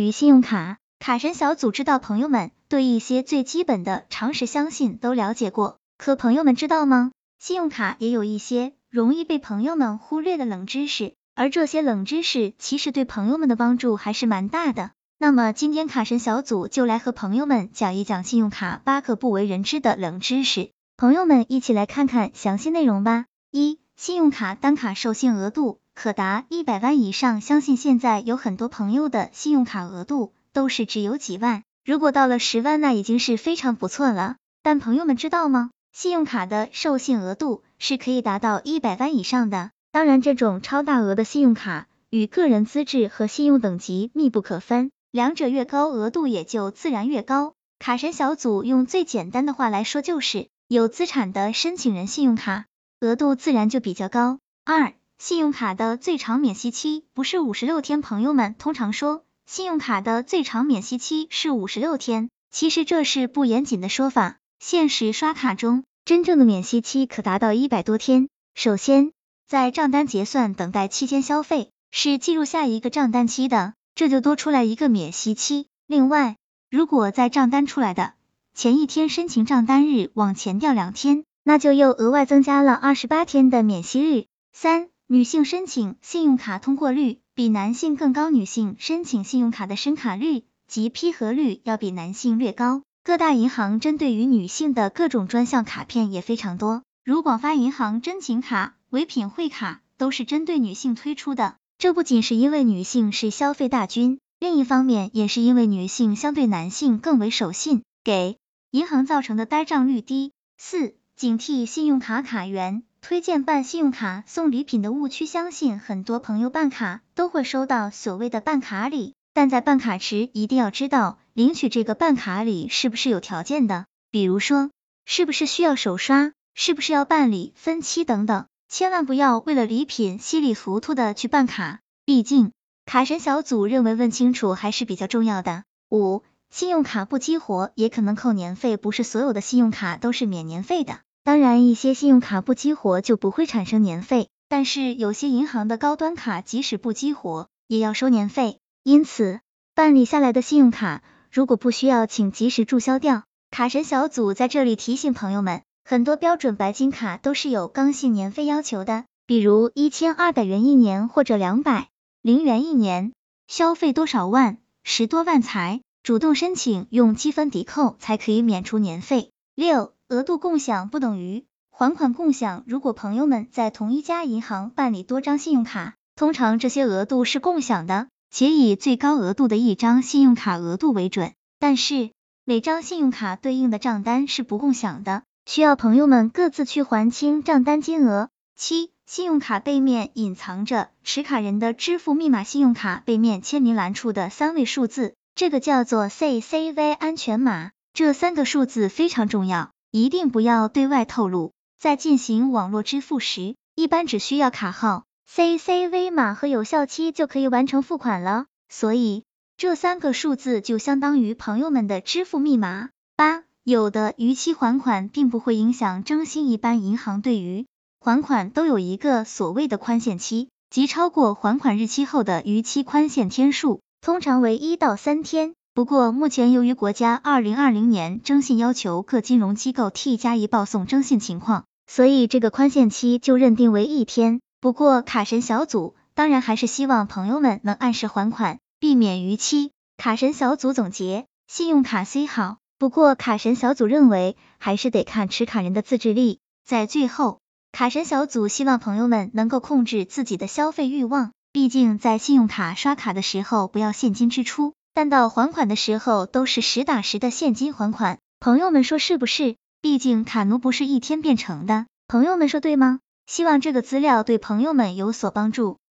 于信用卡，卡神小组知道朋友们对一些最基本的常识相信都了解过，可朋友们知道吗？信用卡也有一些容易被朋友们忽略的冷知识，而这些冷知识其实对朋友们的帮助还是蛮大的。那么今天卡神小组就来和朋友们讲一讲信用卡8个不为人知的冷知识，朋友们一起来看看详细内容吧。1. 信用卡单卡授信额度可达100万以上，相信现在有很多朋友的信用卡额度都是只有几万，如果到了10万那已经是非常不错了。但朋友们知道吗？信用卡的授信额度是可以达到100万以上的，当然这种超大额的信用卡与个人资质和信用等级密不可分，两者越高额度也就自然越高。卡神小组用最简单的话来说就是有资产的申请人信用卡额度自然就比较高。2. 信用卡的最长免息期不是56天，朋友们通常说信用卡的最长免息期是56天，其实这是不严谨的说法，现实刷卡中真正的免息期可达到100多天。首先，在账单结算等待期间消费是计入下一个账单期的，这就多出来一个免息期。另外，如果在账单出来的前一天申请账单日往前调2天，那就又额外增加了28天的免息日。3. 女性申请信用卡通过率比男性更高，女性申请信用卡的申卡率及批核率要比男性略高。各大银行针对于女性的各种专项卡片也非常多，如广发银行真情卡、唯品会卡都是针对女性推出的。这不仅是因为女性是消费大军，另一方面也是因为女性相对男性更为守信，给银行造成的呆账率低。4. 警惕信用卡卡源推荐办信用卡送礼品的误区，相信很多朋友办卡都会收到所谓的办卡礼，但在办卡时一定要知道领取这个办卡礼是不是有条件的，比如说是不是需要手刷，是不是要办理分期等等，千万不要为了礼品稀里糊涂的去办卡，毕竟卡神小组认为问清楚还是比较重要的。5. 信用卡不激活也可能扣年费，不是所有的信用卡都是免年费的，当然一些信用卡不激活就不会产生年费，但是有些银行的高端卡即使不激活也要收年费，因此办理下来的信用卡如果不需要请及时注销掉。卡神小组在这里提醒朋友们，很多标准白金卡都是有刚性年费要求的，比如1200元一年或者200元一年，消费多少万10多万才主动申请用积分抵扣才可以免除年费。6. 额度共享不等于还款共享，如果朋友们在同一家银行办理多张信用卡，通常这些额度是共享的，且以最高额度的一张信用卡额度为准，但是每张信用卡对应的账单是不共享的，需要朋友们各自去还清账单金额。7. 信用卡背面隐藏着持卡人的支付密码，信用卡背面签名栏处的3位数字，这个叫做 CCV 安全码，这3个数字非常重要，一定不要对外透露。在进行网络支付时，一般只需要卡号、CCV 码和有效期就可以完成付款了，所以这3个数字就相当于朋友们的支付密码。8. 有的逾期还款并不会影响征信，一般银行对于还款都有一个所谓的宽限期，即超过还款日期后的逾期宽限天数，通常为1到3天。不过目前由于国家2020年征信要求各金融机构T加1报送征信情况，所以这个宽限期就认定为1天。不过卡神小组当然还是希望朋友们能按时还款，避免逾期。卡神小组总结，信用卡虽好，不过卡神小组认为还是得看持卡人的自制力。在最后，卡神小组希望朋友们能够控制自己的消费欲望，毕竟在信用卡刷卡的时候不要现金支出，但到还款的时候都是实打实的现金还款，朋友们说是不是？毕竟卡奴不是一天变成的，朋友们说对吗？希望这个资料对朋友们有所帮助。